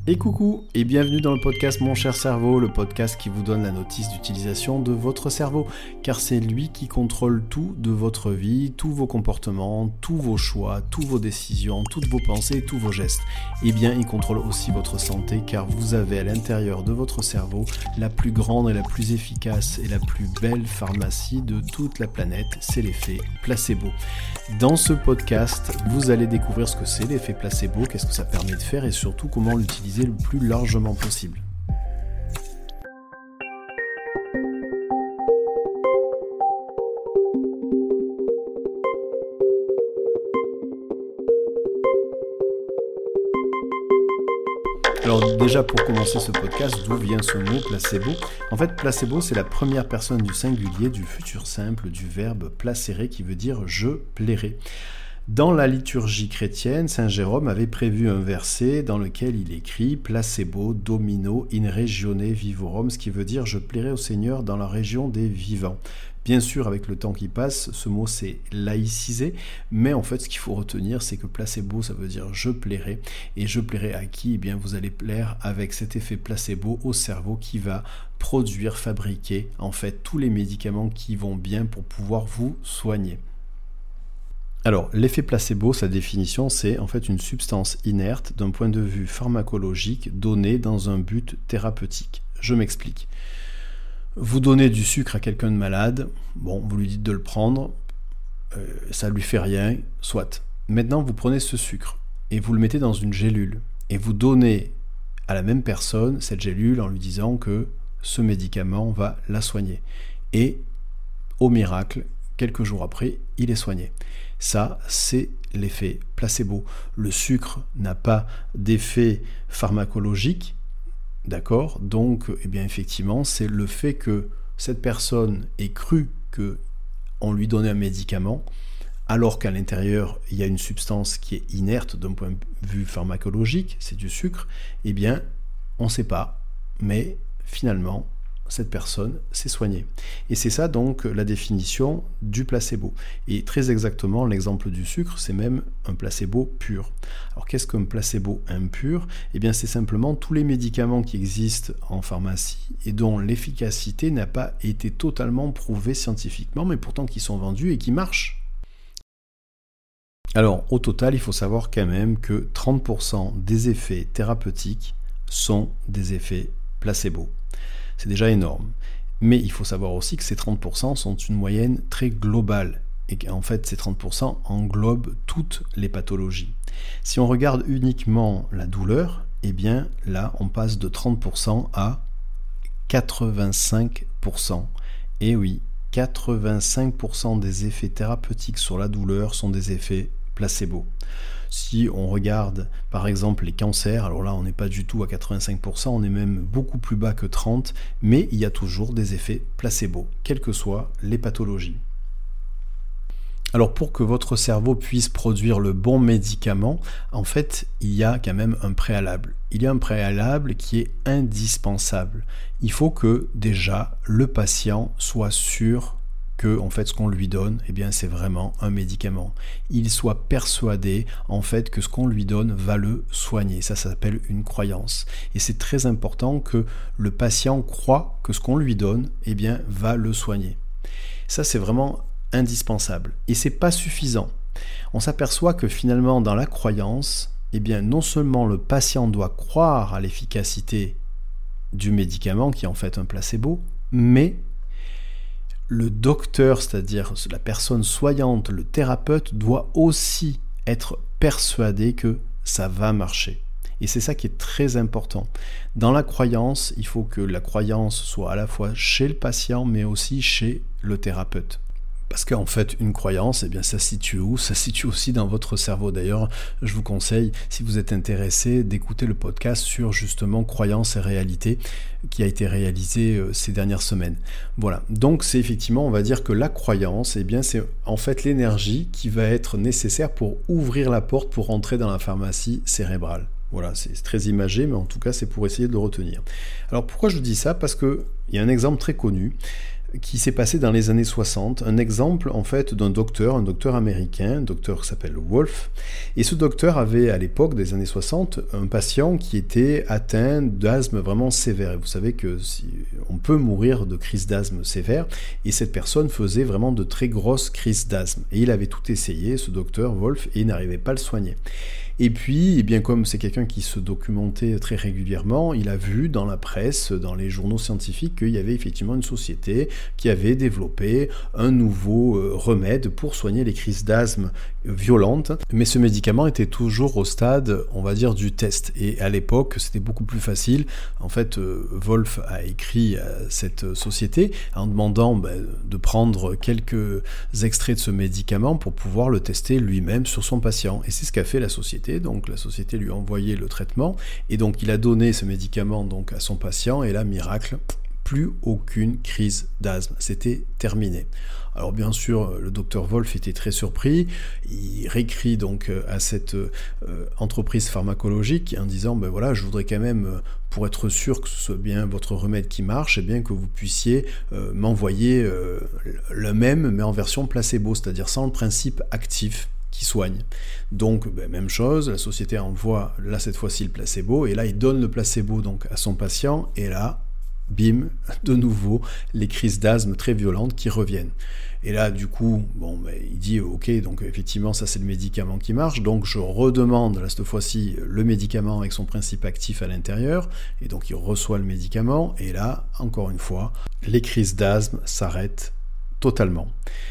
Et coucou et bienvenue dans le podcast Mon cher cerveau, le podcast qui vous donne la notice d'utilisation de votre cerveau, car c'est lui qui contrôle tout de votre vie, tous vos comportements, tous vos choix, toutes vos décisions, toutes vos pensées, tous vos gestes. Et bien il contrôle aussi votre santé, car vous avez à l'intérieur de votre cerveau la plus grande et la plus efficace et la plus belle pharmacie de toute la planète, c'est l'effet placebo. Dans ce podcast, vous allez découvrir ce que c'est l'effet placebo, qu'est-ce que ça permet de faire et surtout comment l'utiliser le plus largement possible. Alors déjà pour commencer ce podcast, d'où vient ce mot placebo ? En fait, placebo, c'est la première personne du singulier du futur simple du verbe placere qui veut dire « je plairai ». Dans la liturgie chrétienne, saint Jérôme avait prévu un verset dans lequel il écrit « Placebo domino in regione vivorum », ce qui veut dire « je plairai au Seigneur dans la région des vivants ». Bien sûr, avec le temps qui passe, ce mot s'est laïcisé, mais en fait, ce qu'il faut retenir, c'est que placebo, ça veut dire « je plairai ». Et je plairai à qui ? Eh bien, vous allez plaire avec cet effet placebo au cerveau qui va produire, fabriquer, en fait, tous les médicaments qui vont bien pour pouvoir vous soigner. Alors, l'effet placebo, sa définition, c'est en fait une substance inerte d'un point de vue pharmacologique donnée dans un but thérapeutique. Je m'explique. Vous donnez du sucre à quelqu'un de malade, bon, vous lui dites de le prendre, ça lui fait rien, soit. Maintenant, vous prenez ce sucre et vous le mettez dans une gélule et vous donnez à la même personne cette gélule en lui disant que ce médicament va la soigner. Et, au miracle, quelques jours après, il est soigné. Ça, c'est l'effet placebo. Le sucre n'a pas d'effet pharmacologique, d'accord ? Donc, eh bien, effectivement, c'est le fait que cette personne ait cru qu'on lui donnait un médicament, alors qu'à l'intérieur, il y a une substance qui est inerte d'un point de vue pharmacologique, c'est du sucre, eh bien, on ne sait pas, mais finalement, cette personne s'est soignée. Et c'est ça donc la définition du placebo. Et très exactement, l'exemple du sucre, c'est même un placebo pur. Alors qu'est-ce qu'un placebo impur ? Eh bien c'est simplement tous les médicaments qui existent en pharmacie et dont l'efficacité n'a pas été totalement prouvée scientifiquement, mais pourtant qui sont vendus et qui marchent. Alors au total, il faut savoir quand même que 30% des effets thérapeutiques sont des effets placebo. C'est déjà énorme. Mais il faut savoir aussi que ces 30% sont une moyenne très globale et qu'en fait ces 30% englobent toutes les pathologies. Si on regarde uniquement la douleur, eh bien là on passe de 30% à 85%. Et oui, 85% des effets thérapeutiques sur la douleur sont des effets placebo. Si on regarde par exemple les cancers, alors là on n'est pas du tout à 85%, on est même beaucoup plus bas que 30%, mais il y a toujours des effets placebo, quelles que soient les pathologies. Alors pour que votre cerveau puisse produire le bon médicament, en fait il y a quand même un préalable. Il y a un préalable qui est indispensable. Il faut que déjà le patient soit sûr que en fait ce qu'on lui donne, eh bien c'est vraiment un médicament. Il soit persuadé en fait que ce qu'on lui donne va le soigner. Ça s'appelle une croyance. Et c'est très important que le patient croit que ce qu'on lui donne, eh bien va le soigner. Ça c'est vraiment indispensable. Et c'est pas suffisant. On s'aperçoit que finalement dans la croyance, eh bien non seulement le patient doit croire à l'efficacité du médicament qui est en fait un placebo, mais le docteur, c'est-à-dire la personne soignante, le thérapeute, doit aussi être persuadé que ça va marcher. Et c'est ça qui est très important. Dans la croyance, il faut que la croyance soit à la fois chez le patient, mais aussi chez le thérapeute. Parce qu'en fait, une croyance, eh bien, ça se situe où ? Ça se situe aussi dans votre cerveau. D'ailleurs, je vous conseille, si vous êtes intéressé, d'écouter le podcast sur justement croyance et réalité qui a été réalisé ces dernières semaines. Voilà. Donc, c'est effectivement, on va dire que la croyance, eh bien, c'est en fait l'énergie qui va être nécessaire pour ouvrir la porte pour entrer dans la pharmacie cérébrale. Voilà, c'est très imagé, mais en tout cas, c'est pour essayer de le retenir. Alors, pourquoi je dis ça ? Parce qu'il y a un exemple très connu. qui s'est passé dans les années 60, un exemple en fait d'un docteur, un docteur américain, un docteur qui s'appelle Wolf, et ce docteur avait à l'époque des années 60 un patient qui était atteint d'asthme vraiment sévère, et vous savez que on peut mourir de crise d'asthme sévère, et cette personne faisait vraiment de très grosses crises d'asthme, et il avait tout essayé, ce docteur Wolf, et il n'arrivait pas à le soigner. Et puis, eh bien, comme c'est quelqu'un qui se documentait très régulièrement, il a vu dans la presse, dans les journaux scientifiques, qu'il y avait effectivement une société qui avait développé un nouveau remède pour soigner les crises d'asthme violentes. Mais ce médicament était toujours au stade, on va dire, du test. Et à l'époque, c'était beaucoup plus facile. En fait, Wolf a écrit à cette société en demandant de prendre quelques extraits de ce médicament pour pouvoir le tester lui-même sur son patient. Et c'est ce qu'a fait la société. Donc la société lui a envoyé le traitement et donc il a donné ce médicament donc à son patient et là, miracle, plus aucune crise d'asthme, c'était terminé. Alors bien sûr, le docteur Wolf était très surpris, il réécrit donc à cette entreprise pharmacologique en disant voilà, je voudrais quand même, pour être sûr que ce soit bien votre remède qui marche, et bien que vous puissiez m'envoyer le même mais en version placebo, c'est-à-dire sans le principe actif qui soigne. Donc, même chose, la société envoie là cette fois-ci le placebo, et là il donne le placebo donc à son patient, et là, bim, de nouveau, les crises d'asthme très violentes qui reviennent. Et là, du coup, il dit, ok, donc effectivement, ça c'est le médicament qui marche, donc je redemande là cette fois-ci le médicament avec son principe actif à l'intérieur, et donc il reçoit le médicament, et là, encore une fois, les crises d'asthme s'arrêtent totalement.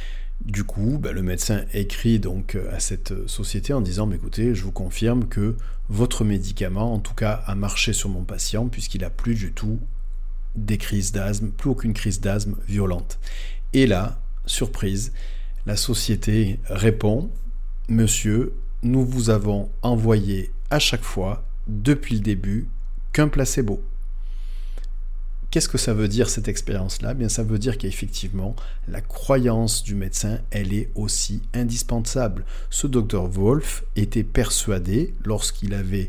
Du coup, le médecin écrit donc à cette société en disant écoutez, je vous confirme que votre médicament, en tout cas, a marché sur mon patient puisqu'il n'a plus du tout des crises d'asthme, plus aucune crise d'asthme violente. Et là, surprise, la société répond monsieur, nous vous avons envoyé à chaque fois, depuis le début, qu'un placebo. Qu'est-ce que ça veut dire cette expérience-là ? Bien, ça veut dire qu'effectivement, la croyance du médecin, elle est aussi indispensable. Ce docteur Wolf était persuadé, lorsqu'il avait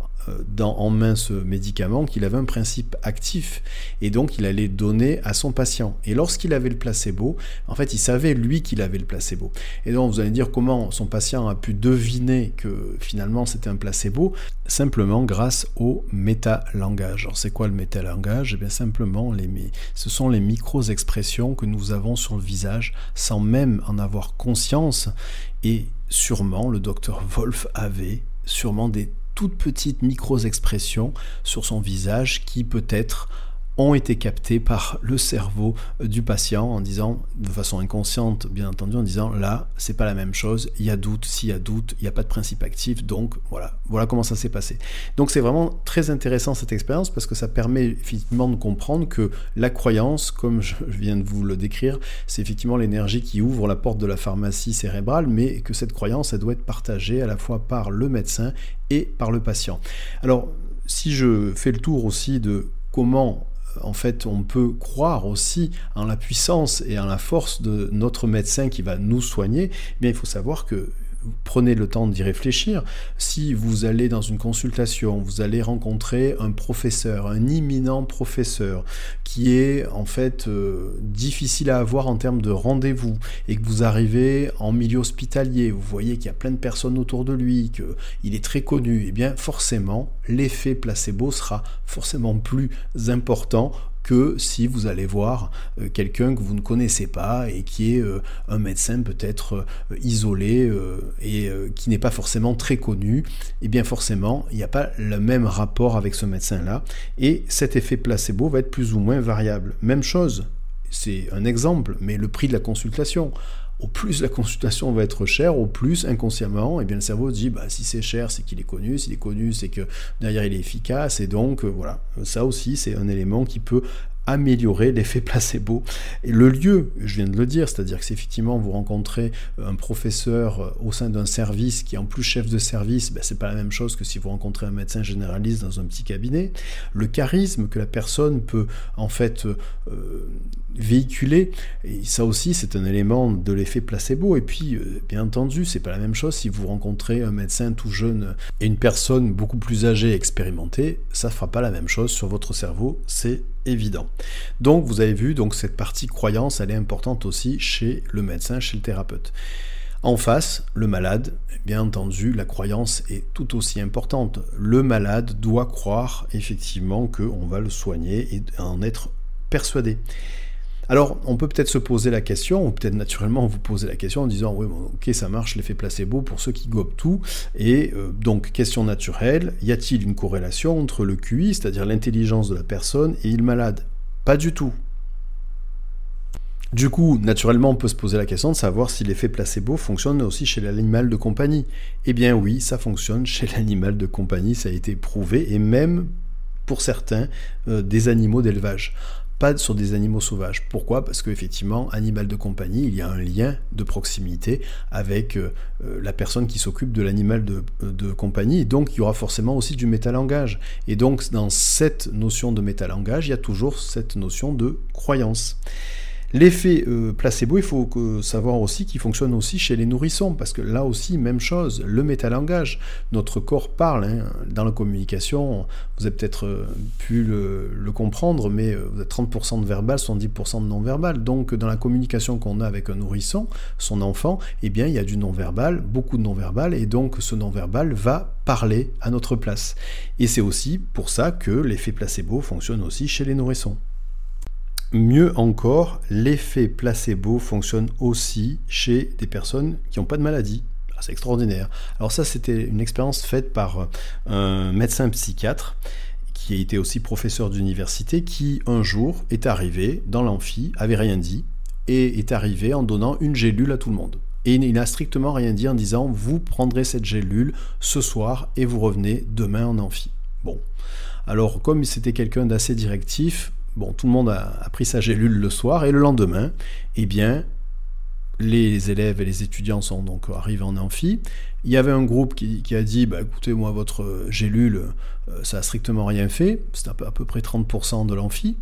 en main ce médicament, qu'il avait un principe actif et donc il allait donner à son patient. Et lorsqu'il avait le placebo, en fait il savait lui qu'il avait le placebo. Et donc vous allez dire comment son patient a pu deviner que finalement c'était un placebo, simplement grâce au métalangage. Alors c'est quoi le métalangage ? Eh bien simplement ce sont les micro-expressions que nous avons sur le visage sans même en avoir conscience, et sûrement le docteur Wolf avait sûrement des toutes petites micro-expressions sur son visage qui peut-être ont été captées par le cerveau du patient en disant, de façon inconsciente bien entendu, en disant là c'est pas la même chose, il y a doute, s'il y a doute, il n'y a pas de principe actif, donc voilà comment ça s'est passé. Donc c'est vraiment très intéressant cette expérience parce que ça permet effectivement de comprendre que la croyance, comme je viens de vous le décrire, c'est effectivement l'énergie qui ouvre la porte de la pharmacie cérébrale, mais que cette croyance elle doit être partagée à la fois par le médecin et par le patient. Alors si je fais le tour aussi de comment en fait, on peut croire aussi en la puissance et en la force de notre médecin qui va nous soigner, eh bien, il faut savoir que prenez le temps d'y réfléchir. Si vous allez dans une consultation, vous allez rencontrer un professeur, un imminent professeur qui est en fait difficile à avoir en termes de rendez-vous et que vous arrivez en milieu hospitalier, vous voyez qu'il y a plein de personnes autour de lui, qu'il est très connu, et bien forcément l'effet placebo sera forcément plus important que si vous allez voir quelqu'un que vous ne connaissez pas et qui est un médecin peut-être isolé et qui n'est pas forcément très connu, et bien forcément, il n'y a pas le même rapport avec ce médecin-là, et cet effet placebo va être plus ou moins variable. Même chose, c'est un exemple, mais le prix de la consultation. Au plus la consultation va être chère, au plus inconsciemment, eh bien le cerveau se dit si c'est cher, c'est qu'il est connu, s'il est connu, c'est que derrière il est efficace, et donc voilà, ça aussi c'est un élément qui peut améliorer l'effet placebo. Et le lieu, je viens de le dire, c'est-à-dire que si effectivement vous rencontrez un professeur au sein d'un service qui est en plus chef de service, c'est pas la même chose que si vous rencontrez un médecin généraliste dans un petit cabinet. Le charisme que la personne peut en fait véhiculer, et ça aussi c'est un élément de l'effet placebo. Et puis bien entendu, c'est pas la même chose si vous rencontrez un médecin tout jeune et une personne beaucoup plus âgée et expérimentée, ça fera pas la même chose sur votre cerveau, c'est évident. Donc vous avez vu, donc cette partie croyance, elle est importante aussi chez le médecin, chez le thérapeute. En face, le malade, bien entendu, la croyance est tout aussi importante. Le malade doit croire effectivement qu'on va le soigner et en être persuadé. Alors, on peut peut-être se poser la question, ou peut-être naturellement vous poser la question en disant « Oui, bon, ok, ça marche, l'effet placebo pour ceux qui gobent tout. » Et donc, question naturelle, y a-t-il une corrélation entre le QI, c'est-à-dire l'intelligence de la personne, et le malade ? Pas du tout. Du coup, naturellement, on peut se poser la question de savoir si l'effet placebo fonctionne aussi chez l'animal de compagnie. Eh bien oui, ça fonctionne chez l'animal de compagnie, ça a été prouvé, et même pour certains, des animaux d'élevage. Pas sur des animaux sauvages. Pourquoi ? Parce qu'effectivement, animal de compagnie, il y a un lien de proximité avec la personne qui s'occupe de l'animal de compagnie, et donc il y aura forcément aussi du métalangage. Et donc, dans cette notion de métalangage, il y a toujours cette notion de croyance. L'effet placebo, il faut savoir aussi qu'il fonctionne aussi chez les nourrissons, parce que là aussi, même chose, le métalangage. Notre corps parle, dans la communication, vous avez peut-être pu le comprendre, mais vous avez 30% de verbal, 70% de non-verbal. Donc, dans la communication qu'on a avec un nourrisson, son enfant, eh bien, il y a du non-verbal, beaucoup de non-verbal, et donc ce non-verbal va parler à notre place. Et c'est aussi pour ça que l'effet placebo fonctionne aussi chez les nourrissons. Mieux encore, l'effet placebo fonctionne aussi chez des personnes qui n'ont pas de maladie. C'est extraordinaire. Alors ça, c'était une expérience faite par un médecin psychiatre qui a été aussi professeur d'université, qui un jour est arrivé dans l'amphi, avait rien dit, et est arrivé en donnant une gélule à tout le monde. Et il n'a strictement rien dit en disant « vous prendrez cette gélule ce soir et vous revenez demain en amphi ». Bon, alors comme c'était quelqu'un d'assez directif, tout le monde a pris sa gélule le soir, et le lendemain, eh bien, les élèves et les étudiants sont donc arrivés en amphi. Il y avait un groupe qui a dit écoutez, moi, votre gélule, ça n'a strictement rien fait. C'est à peu près 30% de l'amphi.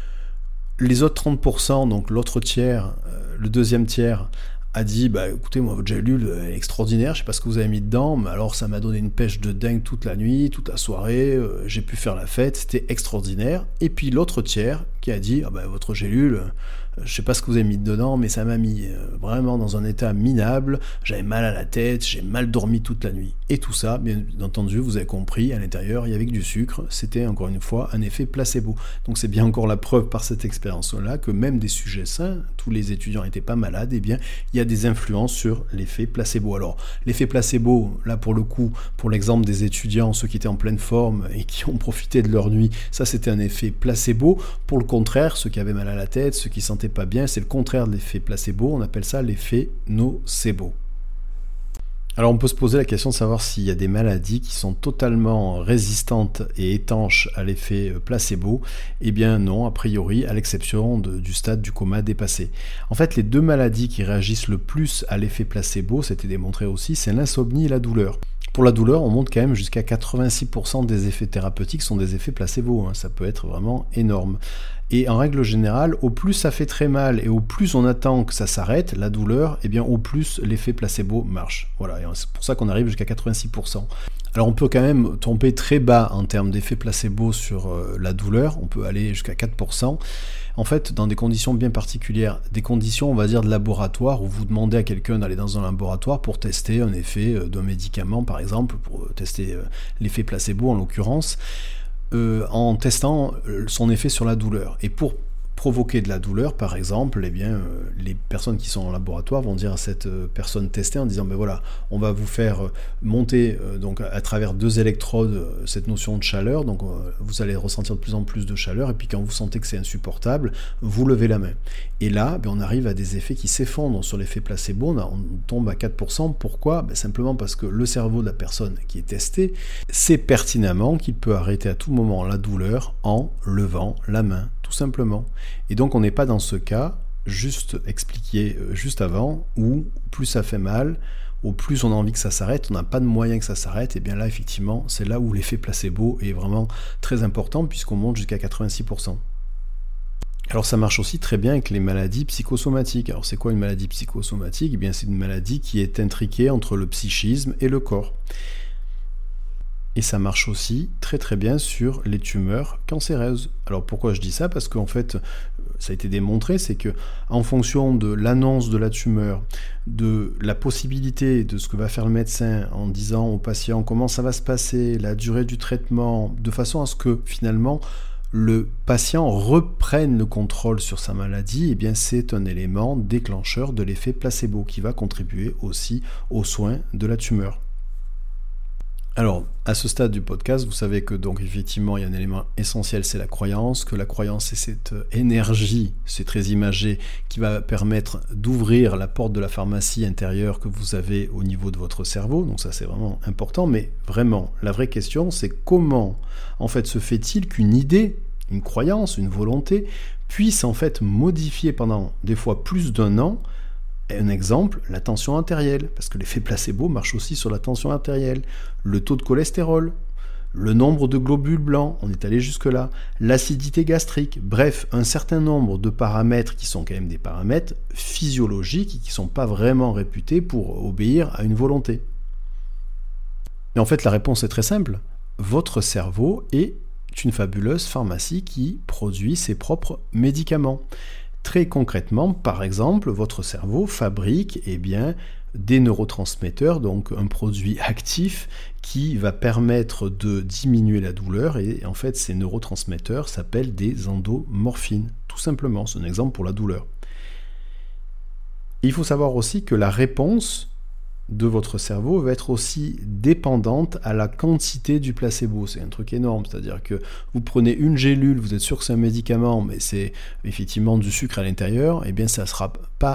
Les autres 30%, donc l'autre tiers, le deuxième tiers, a dit écoutez, moi, votre gélule est extraordinaire, je sais pas ce que vous avez mis dedans, mais alors ça m'a donné une pêche de dingue toute la nuit, toute la soirée, j'ai pu faire la fête, c'était extraordinaire. Et puis l'autre tiers qui a dit votre gélule, je sais pas ce que vous avez mis dedans, mais ça m'a mis vraiment dans un état minable, j'avais mal à la tête, j'ai mal dormi toute la nuit. Et tout ça, bien entendu, vous avez compris, à l'intérieur, il y avait que du sucre, c'était encore une fois un effet placebo. Donc c'est bien encore la preuve par cette expérience-là que même des sujets sains, tous les étudiants n'étaient pas malades, eh bien il y a des influences sur l'effet placebo. Alors l'effet placebo, là pour le coup, pour l'exemple des étudiants, ceux qui étaient en pleine forme et qui ont profité de leur nuit, ça c'était un effet placebo. Pour le contraire, ceux qui avaient mal à la tête, ceux qui sentaient pas bien, c'est le contraire de l'effet placebo, on appelle ça l'effet nocebo. Alors on peut se poser la question de savoir s'il y a des maladies qui sont totalement résistantes et étanches à l'effet placebo. Eh bien non, a priori, à l'exception du stade du coma dépassé. En fait, les deux maladies qui réagissent le plus à l'effet placebo, c'était démontré aussi, c'est l'insomnie et la douleur. Pour la douleur, on monte quand même jusqu'à 86% des effets thérapeutiques sont des effets placebo. Ça peut être vraiment énorme. Et en règle générale, au plus ça fait très mal et au plus on attend que ça s'arrête, la douleur, eh bien au plus l'effet placebo marche. Voilà, et c'est pour ça qu'on arrive jusqu'à 86%. Alors on peut quand même tomber très bas en termes d'effet placebo sur la douleur, on peut aller jusqu'à 4%. En fait, dans des conditions bien particulières, des conditions, on va dire, de laboratoire, où vous demandez à quelqu'un d'aller dans un laboratoire pour tester un effet d'un médicament, par exemple, pour tester l'effet placebo en l'occurrence, en testant son effet sur la douleur. Et pour provoquer de la douleur, par exemple, eh bien, les personnes qui sont en laboratoire vont dire à cette personne testée en disant voilà, on va vous faire monter donc à travers 2 électrodes cette notion de chaleur, donc vous allez ressentir de plus en plus de chaleur, et puis quand vous sentez que c'est insupportable, vous levez la main. Et là, on arrive à des effets qui s'effondrent sur l'effet placebo, on tombe à 4%. Pourquoi ? Simplement parce que le cerveau de la personne qui est testée sait pertinemment qu'il peut arrêter à tout moment la douleur en levant la main, tout simplement. Et donc on n'est pas dans ce cas, juste expliqué juste avant, où plus ça fait mal, au plus on a envie que ça s'arrête, on n'a pas de moyen que ça s'arrête, et bien là effectivement c'est là où l'effet placebo est vraiment très important, puisqu'on monte jusqu'à 86%. Alors ça marche aussi très bien avec les maladies psychosomatiques. Alors c'est quoi une maladie psychosomatique ? Eh bien c'est une maladie qui est intriquée entre le psychisme et le corps. Et ça marche aussi très très bien sur les tumeurs cancéreuses. Alors pourquoi je dis ça? Parce qu'en fait, ça a été démontré, c'est que en fonction de l'annonce de la tumeur, de la possibilité de ce que va faire le médecin en disant au patient comment ça va se passer, la durée du traitement, de façon à ce que finalement le patient reprenne le contrôle sur sa maladie, eh bien c'est un élément déclencheur de l'effet placebo qui va contribuer aussi aux soins de la tumeur. Alors, à ce stade du podcast, vous savez que donc effectivement, il y a un élément essentiel, c'est la croyance, que la croyance c'est cette énergie, c'est très imagé, qui va permettre d'ouvrir la porte de la pharmacie intérieure que vous avez au niveau de votre cerveau, donc ça c'est vraiment important, mais vraiment, la vraie question c'est comment en fait se fait-il qu'une idée, une croyance, une volonté, puisse en fait modifier pendant des fois plus d'un an. Un exemple, la tension artérielle, parce que l'effet placebo marche aussi sur la tension artérielle, le taux de cholestérol, le nombre de globules blancs, on est allé jusque-là, l'acidité gastrique, bref, un certain nombre de paramètres qui sont quand même des paramètres physiologiques et qui ne sont pas vraiment réputés pour obéir à une volonté. Et en fait, la réponse est très simple. Votre cerveau est une fabuleuse pharmacie qui produit ses propres médicaments. Très concrètement, par exemple, votre cerveau fabrique des neurotransmetteurs, donc un produit actif qui va permettre de diminuer la douleur, et en fait ces neurotransmetteurs s'appellent des endomorphines, tout simplement, c'est un exemple pour la douleur. Et il faut savoir aussi que la réponse de votre cerveau va être aussi dépendante à la quantité du placebo. C'est un truc énorme, c'est-à-dire que vous prenez une gélule, vous êtes sûr que c'est un médicament, mais c'est effectivement du sucre à l'intérieur, et bien ça ne fera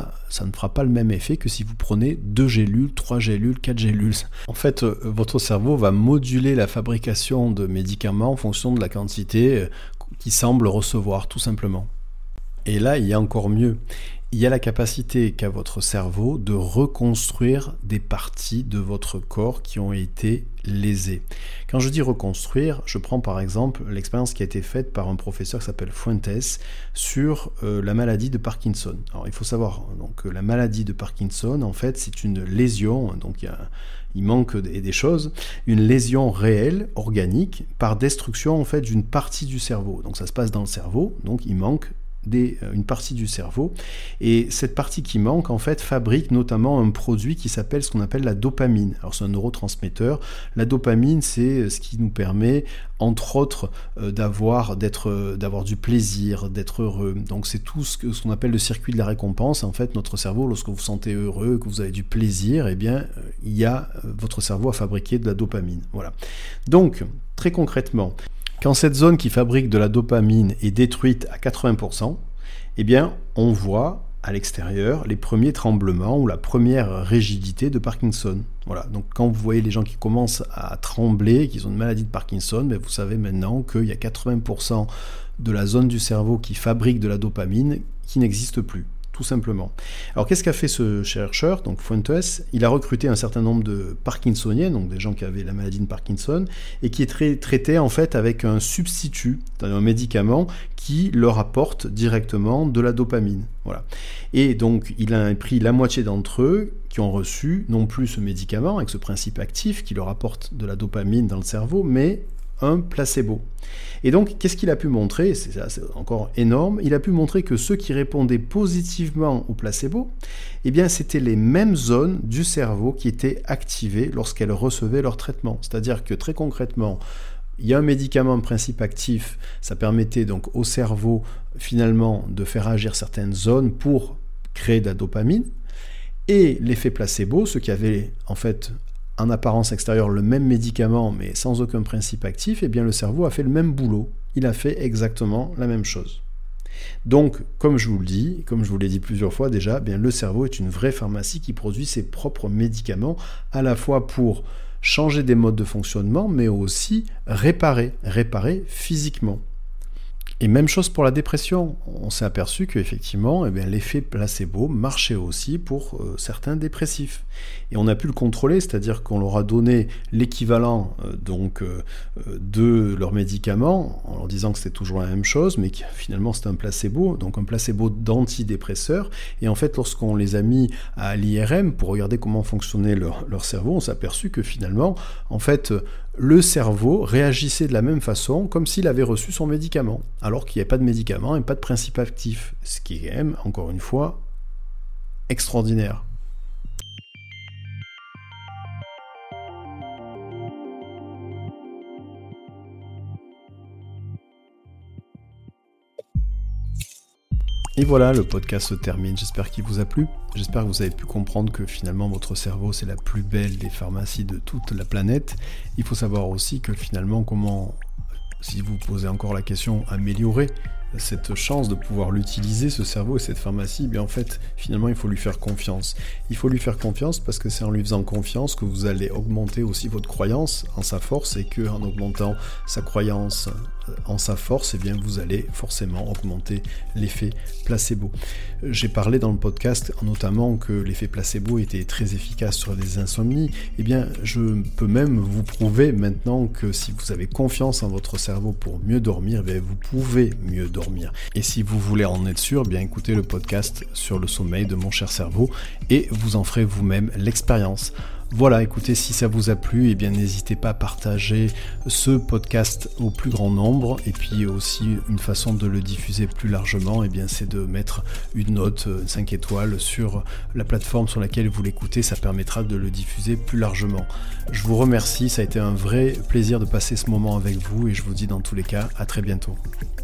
pas le même effet que si vous prenez 2 gélules, 3 gélules, 4 gélules. En fait, votre cerveau va moduler la fabrication de médicaments en fonction de la quantité qu'il semble recevoir, tout simplement. Et là, il y a encore mieux. Il y a la capacité qu'a votre cerveau de reconstruire des parties de votre corps qui ont été lésées. Quand je dis reconstruire, je prends par exemple l'expérience qui a été faite par un professeur qui s'appelle Fuentes sur la maladie de Parkinson. Alors il faut savoir donc, que la maladie de Parkinson, en fait, c'est une lésion, donc il manque des choses, une lésion réelle, organique, par destruction en fait d'une partie du cerveau. Donc ça se passe dans le cerveau, donc il manque une partie du cerveau, et cette partie qui manque en fait fabrique notamment un produit qui s'appelle ce qu'on appelle la dopamine. Alors c'est un neurotransmetteur. La dopamine, c'est ce qui nous permet entre autres d'avoir du plaisir, d'être heureux. Donc c'est tout ce qu'on appelle le circuit de la récompense. En fait, notre cerveau, lorsque vous vous sentez heureux, que vous avez du plaisir, eh bien votre cerveau a fabriqué de la dopamine. Voilà. Donc très concrètement, quand cette zone qui fabrique de la dopamine est détruite à 80%, eh bien, on voit à l'extérieur les premiers tremblements ou la première rigidité de Parkinson. Voilà. Donc, quand vous voyez les gens qui commencent à trembler, qui ont une maladie de Parkinson, bien, vous savez maintenant qu'il y a 80% de la zone du cerveau qui fabrique de la dopamine qui n'existe plus. Tout simplement. Alors qu'est-ce qu'a fait ce chercheur, donc Fuentes? Il a recruté un certain nombre de Parkinsoniens, donc des gens qui avaient la maladie de Parkinson, et qui est traité en fait avec un substitut, un médicament qui leur apporte directement de la dopamine. Voilà. Et donc il a pris la moitié d'entre eux qui ont reçu non plus ce médicament avec ce principe actif qui leur apporte de la dopamine dans le cerveau, mais un placebo. Et donc, qu'est-ce qu'il a pu montrer? C'est encore énorme. Il a pu montrer que ceux qui répondaient positivement au placebo, eh bien, c'était les mêmes zones du cerveau qui étaient activées lorsqu'elles recevaient leur traitement. C'est-à-dire que très concrètement, il y a un médicament, un principe actif, ça permettait donc au cerveau finalement de faire agir certaines zones pour créer de la dopamine. Et l'effet placebo, ceux qui avaient en fait en apparence extérieure le même médicament mais sans aucun principe actif, eh bien le cerveau a fait le même boulot. Il a fait exactement la même chose. Donc, comme je vous le dis, comme je vous l'ai dit plusieurs fois déjà, eh bien le cerveau est une vraie pharmacie qui produit ses propres médicaments, à la fois pour changer des modes de fonctionnement, mais aussi réparer physiquement. Et même chose pour la dépression. On s'est aperçu qu'effectivement, l'effet placebo marchait aussi pour certains dépressifs. Et on a pu le contrôler, c'est-à-dire qu'on leur a donné l'équivalent de leurs médicaments, on leur en disant que c'était toujours la même chose, mais que finalement c'était un placebo, donc un placebo d'antidépresseurs. Et en fait, lorsqu'on les a mis à l'IRM pour regarder comment fonctionnait leur cerveau, on s'est aperçu que finalement, en fait, le cerveau réagissait de la même façon comme s'il avait reçu son médicament, alors qu'il n'y avait pas de médicament et pas de principe actif, ce qui est quand même, encore une fois, extraordinaire. Et voilà, le podcast se termine. J'espère qu'il vous a plu. J'espère que vous avez pu comprendre que finalement votre cerveau c'est la plus belle des pharmacies de toute la planète. Il faut savoir aussi que finalement comment, si vous posez encore la question, améliorer cette chance de pouvoir l'utiliser, ce cerveau et cette pharmacie, eh bien en fait, finalement, il faut lui faire confiance. Il faut lui faire confiance parce que c'est en lui faisant confiance que vous allez augmenter aussi votre croyance en sa force et que en augmentant sa croyance en sa force, eh bien vous allez forcément augmenter l'effet placebo. J'ai parlé dans le podcast notamment que l'effet placebo était très efficace sur les insomnies. Eh bien, je peux même vous prouver maintenant que si vous avez confiance en votre cerveau pour mieux dormir, eh bien vous pouvez mieux dormir. Et si vous voulez en être sûr, eh bien écoutez le podcast sur le sommeil de Mon Cher Cerveau et vous en ferez vous-même l'expérience. Voilà, écoutez, si ça vous a plu, eh bien n'hésitez pas à partager ce podcast au plus grand nombre. Et puis aussi, une façon de le diffuser plus largement, eh bien c'est de mettre une note 5 étoiles sur la plateforme sur laquelle vous l'écoutez. Ça permettra de le diffuser plus largement. Je vous remercie, ça a été un vrai plaisir de passer ce moment avec vous et je vous dis dans tous les cas, à très bientôt.